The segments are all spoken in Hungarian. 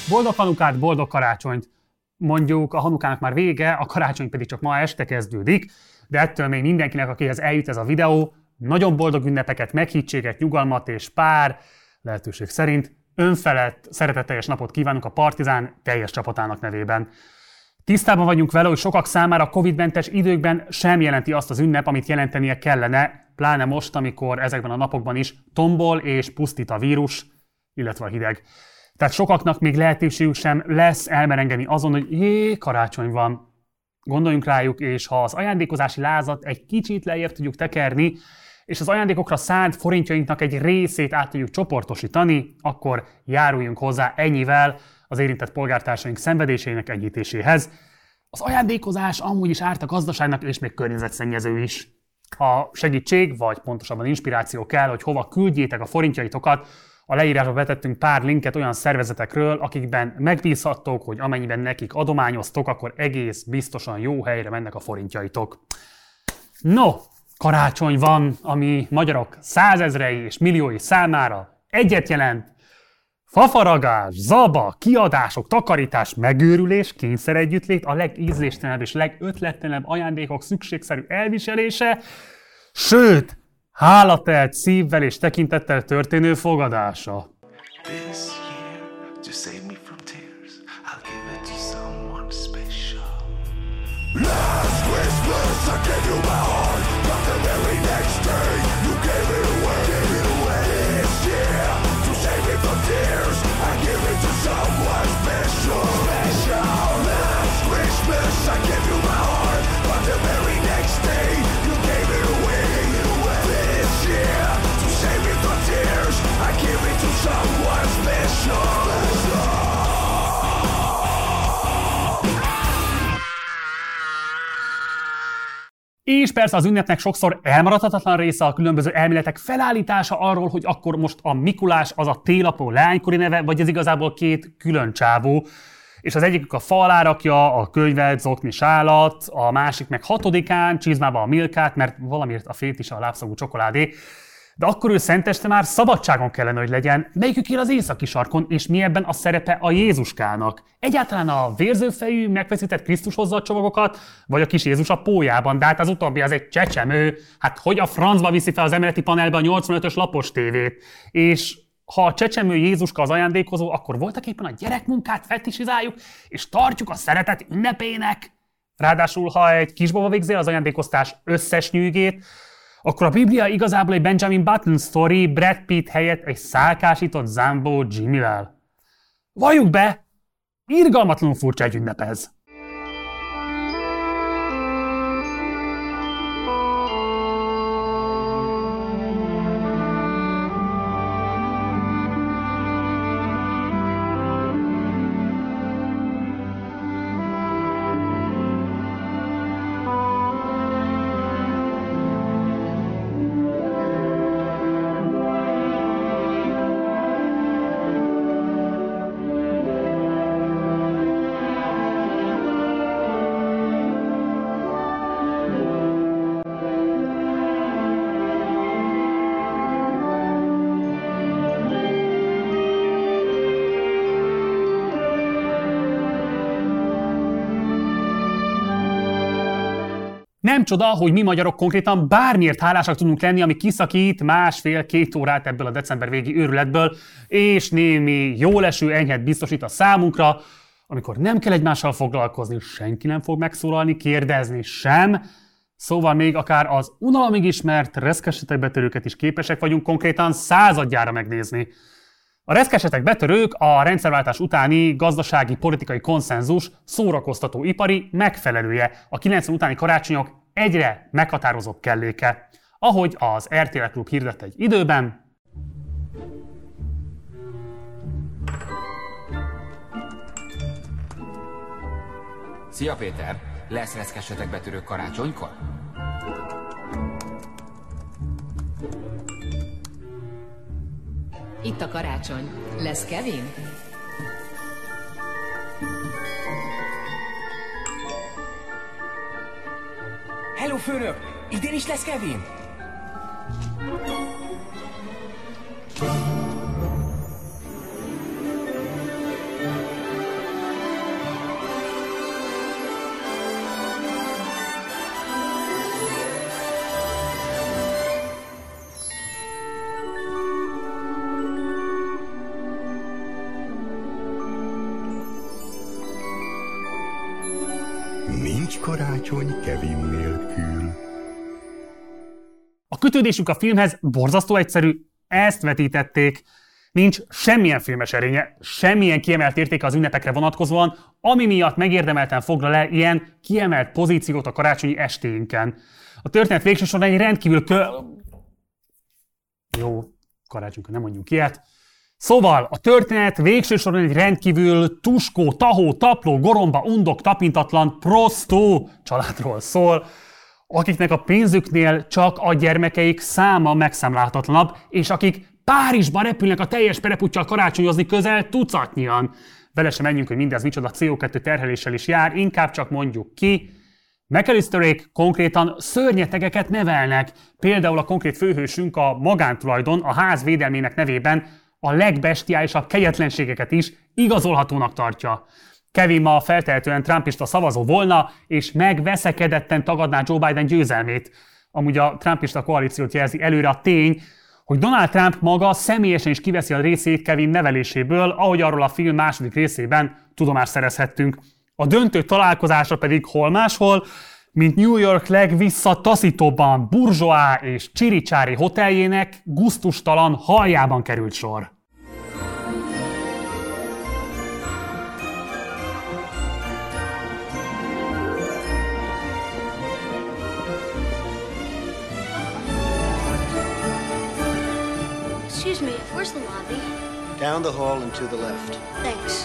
Boldog Hanukát, boldog karácsonyt! Mondjuk a Hanukának már vége, a karácsony pedig csak ma este kezdődik, de ettől még mindenkinek, akihez eljut ez a videó, nagyon boldog ünnepeket, meghittséget, nyugalmat és pár, lehetőség szerint, önfelett, szeretetteljes napot kívánunk a Partizán teljes csapatának nevében. Tisztában vagyunk vele, hogy sokak számára a Covid-mentes időkben sem jelenti azt az ünnep, amit jelentenie kellene, pláne most, amikor ezekben a napokban is tombol és pusztít a vírus, illetve a hideg. Tehát sokaknak még lehetőségük sem lesz elmerengeni azon, hogy karácsony van. Gondoljunk rájuk, és ha az ajándékozási lázat egy kicsit lejjebb tudjuk tekerni, és az ajándékokra szánt forintjainknak egy részét át tudjuk csoportosítani, akkor járuljunk hozzá ennyivel az érintett polgártársaink szenvedésének enyhítéséhez. Az ajándékozás amúgy is árt a gazdaságnak, és még környezetszennyező is. Ha segítség, vagy pontosabban inspiráció kell, hogy hova küldjétek a forintjaitokat, a leírásba betettünk pár linket olyan szervezetekről, akikben megbízhattok, hogy amennyiben nekik adományoztok, akkor egész biztosan jó helyre mennek a forintjaitok. No, karácsony van, ami magyarok százezrei és milliói számára egyet jelent. Fafaragás, zaba, kiadások, takarítás, megőrülés, kényszeregyüttlét, a legízléstelenebb és legötletlenebb ajándékok szükségszerű elviselése, sőt, hálatelt szívvel és tekintettel történő fogadása. És persze az ünnepnek sokszor elmaradhatatlan része a különböző elméletek felállítása arról, hogy akkor most a Mikulás az a télapó leánykori neve, vagy ez igazából két külön csávó. És az egyikük a fa alá rakja a könyvet, zokni sálat, a másik meg 6-án csizmába a Milkát, mert valamiért a fétise a lábszagú csokoládé. De akkor ő szenteste már szabadságon kellene, hogy legyen. Melyikük él az északi sarkon, és mi ebben a szerepe a Jézuskának? Egyáltalán a vérzőfejű, megfeszített Krisztus hozza a csomagokat, vagy a kis Jézus a pólyában? De hát az utóbbi az egy csecsemő. Hát hogy a francba viszi fel az emeleti panelbe a 85-ös lapos tévét? És ha a csecsemő Jézuska az ajándékozó, akkor voltak éppen a gyerekmunkát fetisizáljuk, és tartjuk a szeretet ünnepének? Ráadásul, ha egy kisbaba végzi az ajándékoztás összes nyűgét, akkor a Biblia igazából egy Benjamin Button sztori Brad Pitt helyett egy szálkásított Zambó Jimmyvel. Valljuk be, irgalmatlanul furcsa egy ünnep ez. Nem csoda, hogy mi magyarok konkrétan bármiért hálásak tudunk lenni, ami kiszakít 1,5-2 órát ebből a december végi őrületből, és némi jóleső enyhet biztosít a számunkra, amikor nem kell egymással foglalkozni, senki nem fog megszólalni, kérdezni sem, szóval még akár az unalomig ismert reszkesetek betörőket is képesek vagyunk konkrétan századjára megnézni. A reszkesetek betörők a rendszerváltás utáni gazdasági politikai konszenzus szórakoztató ipari megfelelője, a 90 utáni karácsonyok egyre meghatározott kelléke. Ahogy az RTL Klub hirdette egy időben, Szia Péter! Lesz reszkesetek betörők karácsonykor? Itt a karácsony. Lesz Kevin? Hello, főnök! Idén is lesz Kevin? karácsony Kevin nélkül. A kötődésük a filmhez borzasztó egyszerű, ezt vetítették. Nincs semmilyen filmes erénye, semmilyen kiemelt értéke az ünnepekre vonatkozóan, ami miatt megérdemelten foglal el ilyen kiemelt pozíciót a karácsonyi estéinken. A történet végső során egy rendkívül Jó, karácsonykor nem mondjunk ilyet. Szóval a történet végső soron egy rendkívül tuskó, tahó, tapló, goromba, undok, tapintatlan, prostó családról szól, akiknek a pénzüknél csak a gyermekeik száma megszámlálhatatlanabb, és akik Párizsba repülnek a teljes pereputtyal karácsonyozni közel tucatnyian. Vele sem menjünk, hogy mindez micsoda CO2 terheléssel is jár, inkább csak mondjuk ki. McAllisterék konkrétan szörnyetegeket nevelnek. Például a konkrét főhősünk a magántulajdon a ház védelmének nevében a legbestiálisabb kegyetlenségeket is igazolhatónak tartja. Kevin ma feltehetően trumpista szavazó volna, és megveszekedetten tagadná Joe Biden győzelmét. Amúgy a trumpista koalíciót jelzi előre a tény, hogy Donald Trump maga személyesen is kiveszi a részét Kevin neveléséből, ahogy arról a film második részében tudomást szerezhettünk. A döntő találkozásra pedig hol máshol, mint New York legvisszataszítóbban burzsóá és csiricsári hoteljének gusztustalan haljában került sor. Excuse me, where's the lobby? Down the hall and to the left. Thanks.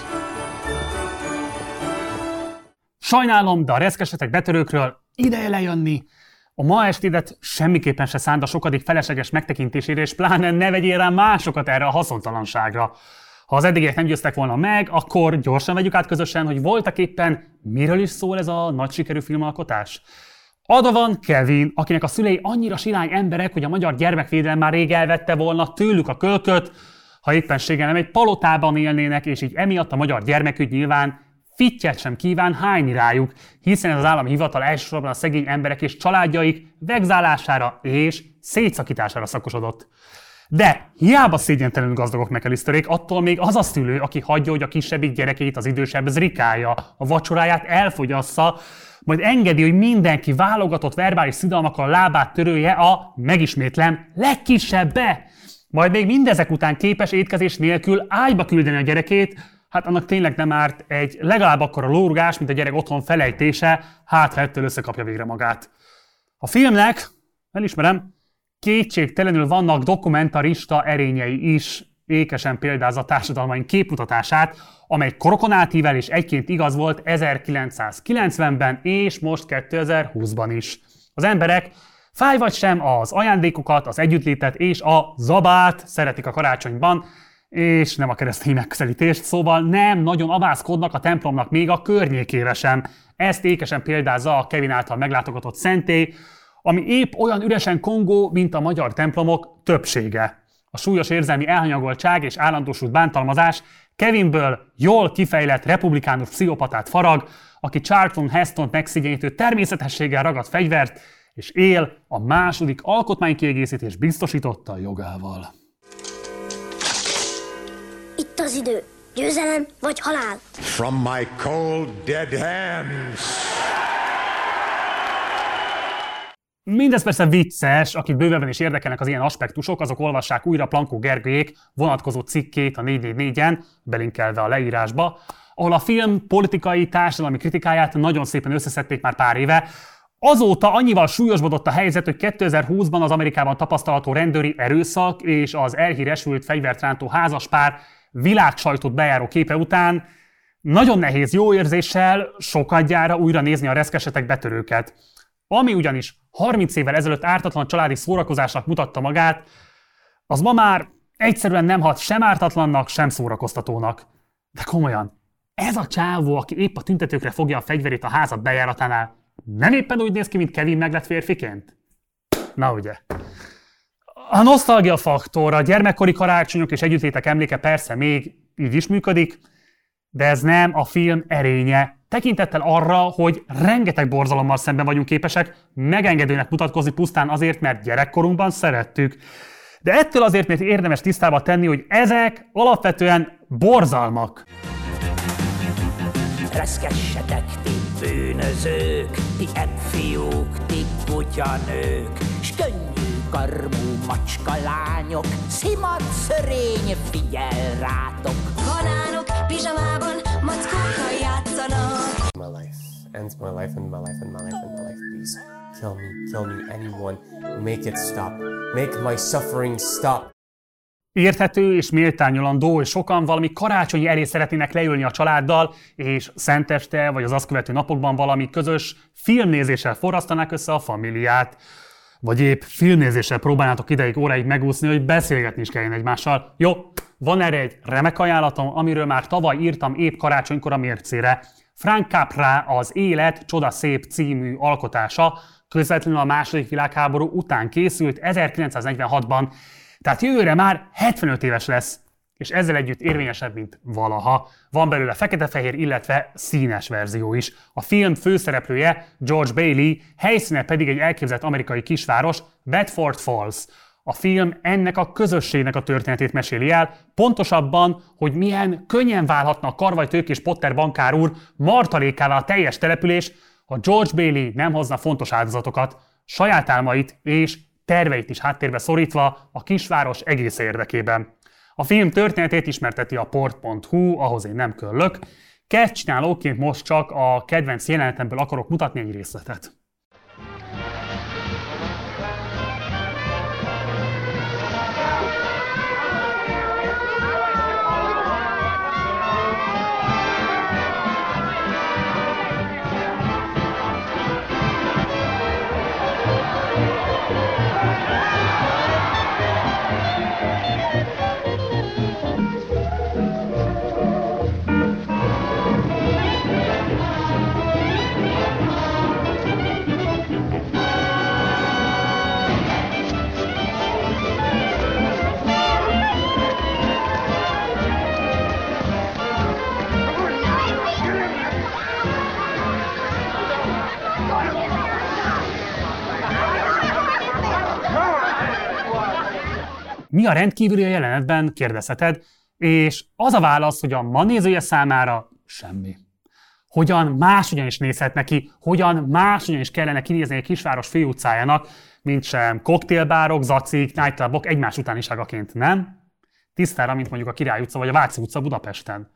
Sajnálom, de a reszkesetek betörőkről ideje lejönni. A ma estédet semmiképpen se szánt a sokadik felesleges megtekintésére, és pláne ne vegyél rá másokat erre a haszontalanságra. Ha az eddigiek nem győztek volna meg, akkor gyorsan vegyük át közösen, hogy voltak éppen miről is szól ez a nagy sikerű filmalkotás. Ada van Kevin, akinek a szülei annyira silány emberek, hogy a magyar gyermekvédelem már rég elvette volna tőlük a kölköt, ha éppenséggel nem egy palotában élnének, és így emiatt a magyar gyermekügy nyilván fittyet sem kíván hányni rájuk, hiszen ez az állami hivatal elsősorban a szegény emberek és családjaik vegzálására és szétszakítására szakosodott. De hiába szégyentelenül gazdagok McAllisterék, attól még az a szülő, aki hagyja, hogy a kisebbik gyerekeit az idősebb zrikálja, a vacsoráját elfogyassza, majd engedi, hogy mindenki válogatott verbális szidalmakkal a lábát törölje a, megismétlem, legkisebbe. Majd még mindezek után képes étkezés nélkül ágyba küldeni a gyerekét, hát annak tényleg nem árt egy legalább akkora lórugás, mint a gyerek otthon felejtése, hát ha ettől összekapja végre magát. A filmnek, elismerem, kétségtelenül vannak dokumentarista erényei is, ékesen példázza a társadalmaink képmutatását, amely korokon átível és egyként igaz volt 1990-ben és most 2020-ban is. Az emberek fáj vagy sem az ajándékokat, az együttlétet és a zabát szeretik a karácsonyban, és nem a keresztény megközelítést, szóval nem nagyon avászkodnak a templomnak még a környékére sem. Ezt ékesen példázza a Kevin által meglátogatott szentély, ami épp olyan üresen kongó, mint a magyar templomok többsége. A súlyos érzelmi elhanyagoltság és állandósult bántalmazás Kevinből jól kifejlett republikánus pszichopatát farag, aki Charlton Hestont megszigyenítő természetességgel ragad fegyvert, és él a második alkotmánykiegészítés biztosította jogával. Itt az idő. Győzelem vagy halál? From my cold, dead hands. Mindez persze vicces, akik bővebben is érdekelnek az ilyen aspektusok, azok olvassák újra Plankó Gergőjék vonatkozó cikkét a 444-en, belinkelve a leírásba, ahol a film politikai, társadalmi kritikáját nagyon szépen összeszedték már pár éve. Azóta annyival súlyosbodott a helyzet, hogy 2020-ban az Amerikában tapasztalható rendőri erőszak és az elhíresült fegyvert rántó házaspár világsajtót bejáró képe után nagyon nehéz jó érzéssel sokadjára újra nézni a reszkesetek betörőket. Ami ugyanis 30 évvel ezelőtt ártatlan családi szórakozásnak mutatta magát, az ma már egyszerűen nem hat sem ártatlannak, sem szórakoztatónak. De komolyan, ez a csávó, aki épp a tüntetőkre fogja a fegyverét a házad bejáratánál, nem éppen úgy néz ki, mint Kevin meglett férfiként? Na ugye. A nosztalgia faktor, a gyermekkori karácsonyok és együttlétek emléke persze még így is működik, de ez nem a film erénye. Tekintettel arra, hogy rengeteg borzalommal szemben vagyunk képesek megengedőnek mutatkozni pusztán azért, mert gyerekkorunkban szerettük. De ettől azért még érdemes tisztába tenni, hogy ezek alapvetően borzalmak. Reszkessetek ti, Bűnözők, ti ebbfiúk, ti kutyanők, s könnyű karmú macska lányok, szimat szörény figyel rátok. Banánok pizsamában mackókkal játszanak. My life ends my life and my life and my life and my life, please. Kill me, anyone. Make it stop. Make my suffering stop. Érthető és méltányolandó, hogy sokan valami karácsonyi elé szeretnének leülni a családdal, és szenteste vagy az azt követő napokban valami közös filmnézéssel forrasztanák össze a familiát. Vagy épp filmnézéssel próbálnátok ideig, óráig megúszni, hogy beszélgetni is kelljen egymással. Jó, van erre egy remek ajánlatom, amiről már tavaly írtam épp karácsonykor a mércére. Frank Capra Az élet csoda szép című alkotása közvetlenül a II. Világháború után készült 1946-ban. Tehát jövőre már 75 éves lesz, és ezzel együtt érvényesebb, mint valaha. Van belőle fekete-fehér, illetve színes verzió is. A film főszereplője George Bailey, helyszíne pedig egy elképzelt amerikai kisváros, Bedford Falls. A film ennek a közösségnek a történetét meséli el, pontosabban, hogy milyen könnyen válhatna a karvajtőkés Potter bankár úr martalékává a teljes település, ha George Bailey nem hozna fontos áldozatokat, saját álmait és terveit is háttérbe szorítva a kisváros egész érdekében. A film történetét ismerteti a port.hu, ahhoz én nem köllök. Kezdcsinálóként most csak a kedvenc jelenetemből akarok mutatni egy részletet. Mi a rendkívüli a jelenetben, kérdezheted, és az a válasz, hogy a ma nézője számára semmi. Hogyan máshogyan is nézhet neki, hogyan máshogyan is kellene kinézni egy kisváros főutcájának, mint sem koktélbárok, zacik, nightclubok egymás utániságaként, nem? Tisztára, mint mondjuk a Király utca vagy a Váci utca Budapesten.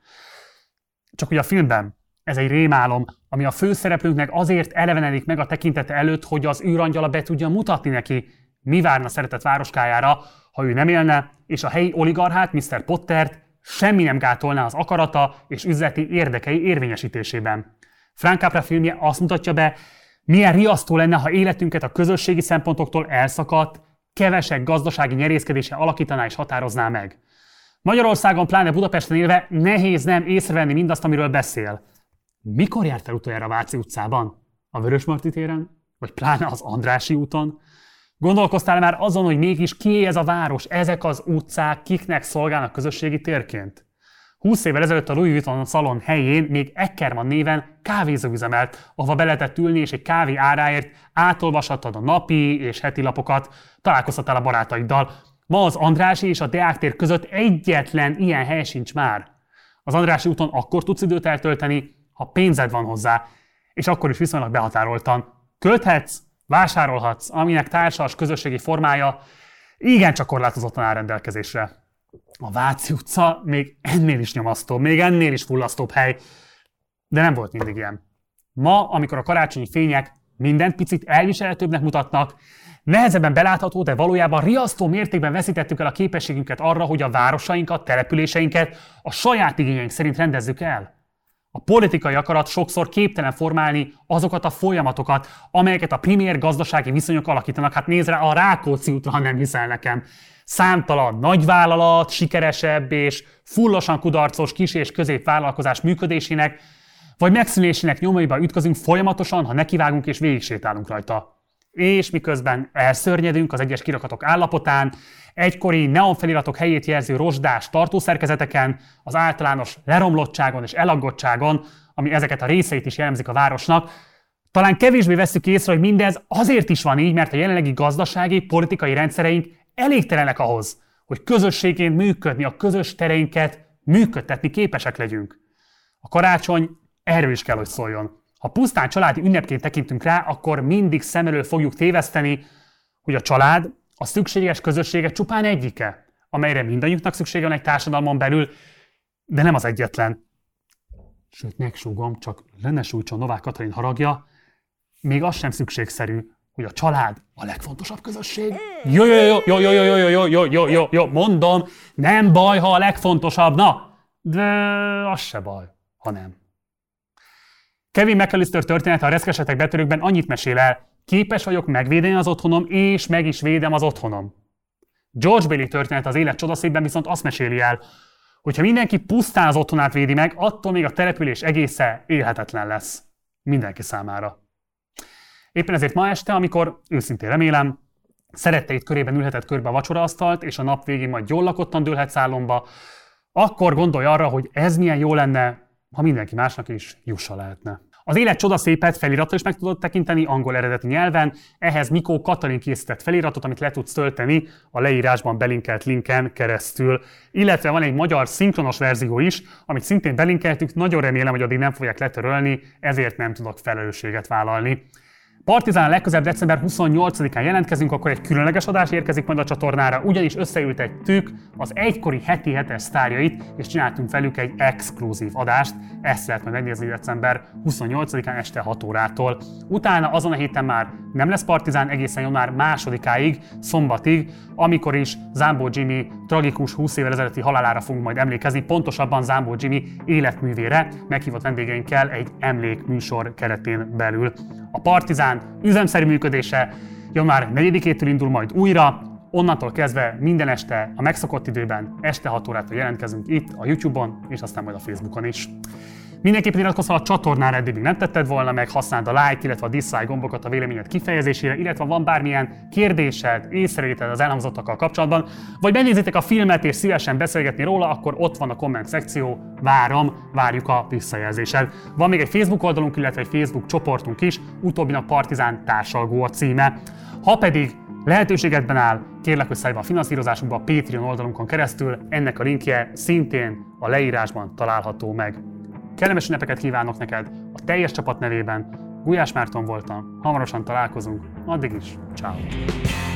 Csak hogy a filmben ez egy rémálom, ami a főszereplőnknek azért elevenedik meg a tekintete előtt, hogy az űrangyala be tudja mutatni neki, mi várna szeretett városkájára, ha ő nem élne, és a helyi oligarchát, Mr. Pottert semmi nem gátolná az akarata és üzleti érdekei érvényesítésében. Frank Capra filmje azt mutatja be, milyen riasztó lenne, ha életünket a közösségi szempontoktól elszakadt, kevesek gazdasági nyerészkedése alakítaná és határozná meg. Magyarországon, pláne Budapesten élve nehéz nem észrevenni mindazt, amiről beszél. Mikor járt fel utoljára a Váci utcában? A Vörösmarty téren? Vagy pláne az Andrássy úton? Gondolkoztál már azon, hogy mégis kié ez a város, ezek az utcák, kiknek szolgálnak közösségi térként? 20 évvel ezelőtt a Louis Vuitton szalon helyén még Eckermann néven kávézó üzemelt, ahova be lehetett ülni, és egy kávé áráért átolvashattad a napi és heti lapokat, találkozhattál a barátaiddal. Ma az Andrássy és a Deák tér között egyetlen ilyen hely sincs már. Az Andrássy úton akkor tudsz időt eltölteni, ha pénzed van hozzá, és akkor is viszonylag behatároltan. Költhetsz, vásárolhatsz, aminek társas közösségi formája igencsak korlátozottan áll rendelkezésre. A Váci utca még ennél is nyomasztóbb, még ennél is fullasztóbb hely, de nem volt mindig ilyen. Ma, amikor a karácsonyi fények mindent picit elviselhetőbbnek mutatnak, nehezebben belátható, de valójában riasztó mértékben veszítettük el a képességünket arra, hogy a városainkat, településeinket a saját igényeink szerint rendezzük el. A politikai akarat sokszor képtelen formálni azokat a folyamatokat, amelyeket a primér gazdasági viszonyok alakítanak. Hát nézd rá a Rákóczi útra, ha nem hiszel nekem. Számtalan nagyvállalat, sikeresebb és fullosan kudarcos kis- és középvállalkozás működésének vagy megszűnésének nyomaiba ütközünk folyamatosan, ha nekivágunk és végigsétálunk rajta. És miközben elszörnyedünk az egyes kirakatok állapotán, egykori neonfeliratok helyét jelző rozsdás tartószerkezeteken, az általános leromlottságon és elaggottságon, ami ezeket a részeit is jellemzik a városnak, talán kevésbé vesszük észre, hogy mindez azért is van így, mert a jelenlegi gazdasági, politikai rendszereink elégtelenek ahhoz, hogy közösségként működni, a közös tereinket működtetni képesek legyünk. A karácsony erről is kell, hogy szóljon. Ha pusztán családi ünnepként tekintünk rá, akkor mindig szem elől fogjuk téveszteni, hogy a család a szükséges közössége csupán egyike, amelyre mindannyiunknak szüksége van egy társadalmon belül, de nem az egyetlen. Sőt, megsúgom, csak le ne sújtson Novák Katalin haragja, még az sem szükségszerű, hogy a család a legfontosabb közösség. Jó, mondom, nem baj, ha a legfontosabb, na, de az se baj, ha nem. Kevin McAllister története a Reszkesetek betörőkben annyit mesél el, képes vagyok megvédeni az otthonom, és meg is védem az otthonom. George Bailey története az Élet csodaszépben viszont azt meséli el, hogyha mindenki pusztán az otthonát védi meg, attól még a település egésze élhetetlen lesz. Mindenki számára. Éppen ezért ma este, amikor, őszintén remélem, szeretteid körében ülhetett körbe a vacsoraasztalt, és a nap végén majd jól lakottan dőlhetsz álomba, akkor gondolj arra, hogy ez milyen jó lenne, ha mindenki másnak is jussa lehetne. Az Élet csodaszépet felirattal is meg tudod tekinteni angol eredeti nyelven, ehhez Mikó Katalin készített feliratot, amit le tudsz tölteni a leírásban belinkelt linken keresztül. Illetve van egy magyar szinkronos verzió is, amit szintén belinkeltük, nagyon remélem, hogy addig nem fogják letörölni, ezért nem tudok felelősséget vállalni. Partizán legközelebb december 28-án jelentkezünk, akkor egy különleges adás érkezik majd a csatornára, ugyanis összeültettük az egykori heti hetes sztárjait, és csináltunk velük egy exkluzív adást, ezt lehet majd megnézni december 28-án este 6 órától. Utána azon a héten már nem lesz Partizán egészen január 2-áig, szombatig, amikor is Zámbó Jimmy tragikus 20 évvel ezelőtti halálára fogunk majd emlékezni, pontosabban Zámbó Jimmy életművére, meghívott vendégeinkkel egy emlékműsor keretén belül. A Partizán üzemszerű működése január 4-től indul majd újra, onnantól kezdve minden este a megszokott időben este 6 órától jelentkezünk itt a YouTube-on, és aztán majd a Facebookon is. Mindenképpen iratkozz fel a csatornára, eddig nem tetted volna meg, használd a like, illetve a dislike gombokat a véleményed kifejezésére, illetve van bármilyen kérdésed, észrevételed az elhangzottakkal kapcsolatban, vagy megnézitek a filmet és szívesen beszélgetni róla, akkor ott van a komment szekció, várjuk a visszajelzésed. Van még egy Facebook oldalunk, illetve egy Facebook csoportunk is, utóbbinak Partizán társalgó a címe. Ha pedig lehetőségedben áll, kérlek, hogy szállj be a finanszírozásunkba a Patreon oldalunkon keresztül, ennek a linkje szintén a leírásban található meg. Kellemes ünnepeket kívánok neked a teljes csapat nevében. Gulyás Márton voltam, hamarosan találkozunk, addig is, ciao.